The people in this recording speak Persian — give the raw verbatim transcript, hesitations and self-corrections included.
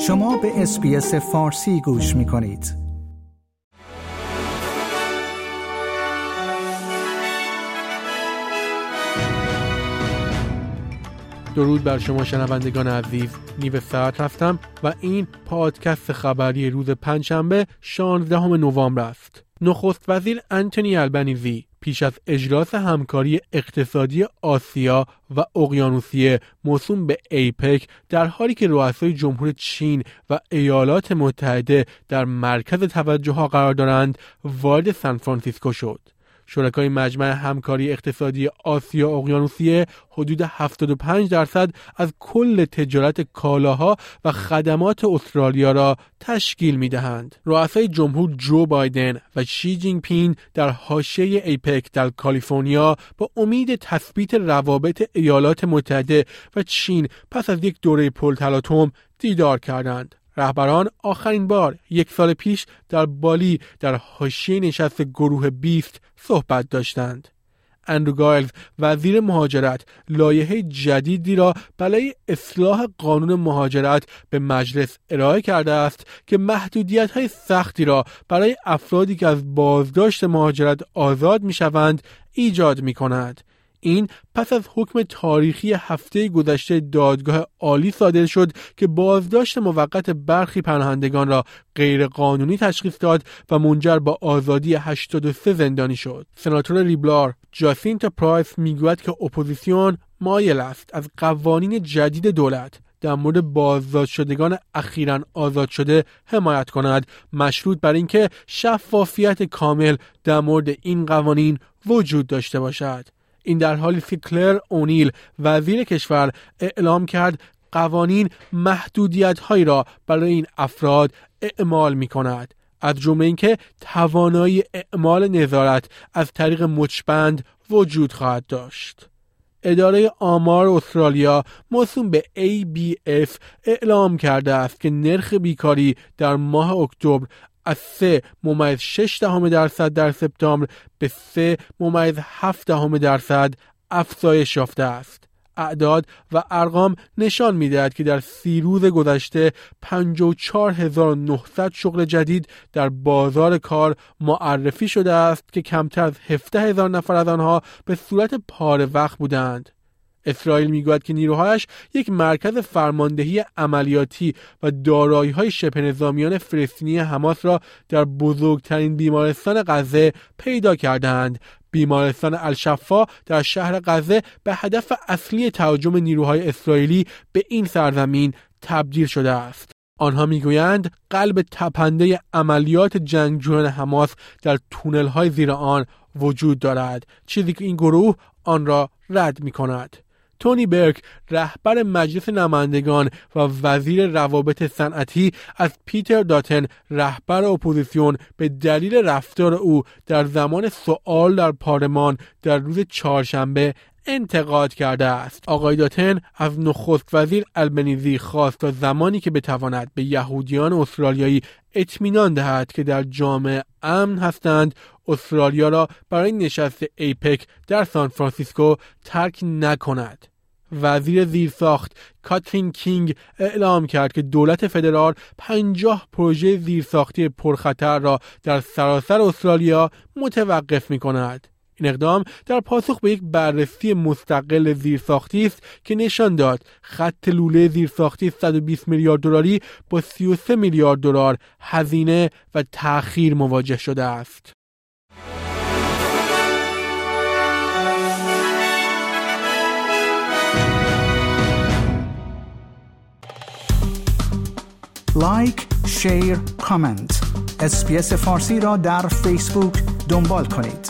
شما به اس‌بی‌اس فارسی گوش می‌کنید. درود بر شما شنوندگان عزیز. نیو ساعت هستم و این پادکست خبری روز پنجشنبه شانزدهم نوامبر است. نخست وزیر آنتونی البنیزی پیش از اجلاس همکاری اقتصادی آسیا و اقیانوسیه موسوم به ایپک، در حالی که رؤسای جمهور چین و ایالات متحده در مرکز توجه‌ها قرار دارند، وارد سان فرانسیسکو شد. شرکای مجمع همکاری اقتصادی آسیا اقیانوسیه حدود هفتاد و پنج درصد از کل تجارت کالاها و خدمات استرالیا را تشکیل می‌دهند. رؤسای جمهور جو بایدن و شی جین پینگ در حاشیه ایپک در کالیفرنیا با امید تثبیت روابط ایالات متحده و چین پس از یک دوره پرتلاطم دیدار کردند. رهبران آخرین بار یک سال پیش در بالی در حاشیه نشست گروه بیست صحبت داشتند. اندرو گایلز وزیر مهاجرت لایحه جدیدی را برای اصلاح قانون مهاجرت به مجلس ارائه کرده است که محدودیت‌های سختی را برای افرادی که از بازداشت مهاجرت آزاد می‌شوند ایجاد می‌کند. این پس از حکم تاریخی هفته گذشته دادگاه عالی صادر شد که بازداشت موقت برخی پناهندگان را غیر قانونی تشخیص داد و منجر به آزادی هشتاد و سه زندانی شد. سناتور ریبلار جاسینتا پرایس میگوید که اپوزیسیون مایل است از قوانین جدید دولت در مورد بازداشت شدگان اخیراً آزاد شده حمایت کند، مشروط بر اینکه شفافیت کامل در مورد این قوانین وجود داشته باشد. این در حالی که کلر اونیل وزیر کشور اعلام کرد قوانین محدودیت‌هایی را برای این افراد اعمال می‌کند، از جمله اینکه توانایی اعمال نظارت از طریق مچبند وجود خواهد داشت. اداره آمار استرالیا موسوم به ای بی اف اعلام کرده است که نرخ بیکاری در ماه اکتبر از سه ممیز شش دهم درصد در سپتامبر به سه ممیز هفت دهم درصد افزایش یافته است. اعداد و ارقام نشان می‌دهد که در سی روز گذشته پنجاه و چهار هزار و نهصد شغل جدید در بازار کار معرفی شده است که کمتر از هفده هزار نفر از آنها به صورت پاره وقت بودند. اسرائیل میگوید که نیروهایش یک مرکز فرماندهی عملیاتی و دارایی‌های شبه نظامیان فلسطینی حماس را در بزرگترین بیمارستان غزه پیدا کردند. بیمارستان الشفا در شهر غزه به هدف اصلی تهاجم نیروهای اسرائیلی به این سرزمین تبدیل شده است. آنها میگویند قلب تپنده عملیات جنگجویان حماس در تونل‌های زیر آن وجود دارد، چیزی که این گروه آن را رد می‌کند. تونی برک رهبر مجلس نمایندگان و وزیر روابط صنعتی از پیتر داتن رهبر اپوزیسیون به دلیل رفتار او در زمان سوال در پارلمان در روز چهارشنبه انتقاد کرده است. آقای داتن از نخست وزیر البنیزی خواست تا زمانی که بتواند به یهودیان استرالیایی اطمینان دهد که در جامعه امن هستند، استرالیا را برای نشست ایپک در سان فرانسیسکو ترک نکند. وزیر زیرساخت کاترین کینگ اعلام کرد که دولت فدرال پنجاه پروژه زیرساختی پرخطر را در سراسر استرالیا متوقف می کند. این اقدام در پاسخ به یک بررسی مستقل زیرساختی است که نشان داد خط لوله زیرساختی صد و بیست میلیارد دلاری با سی و سه میلیارد دلار هزینه و تأخیر مواجه شده است. لایک، شیر، کامنت. اس‌بی‌اس فارسی را در فیسبوک دنبال کنید.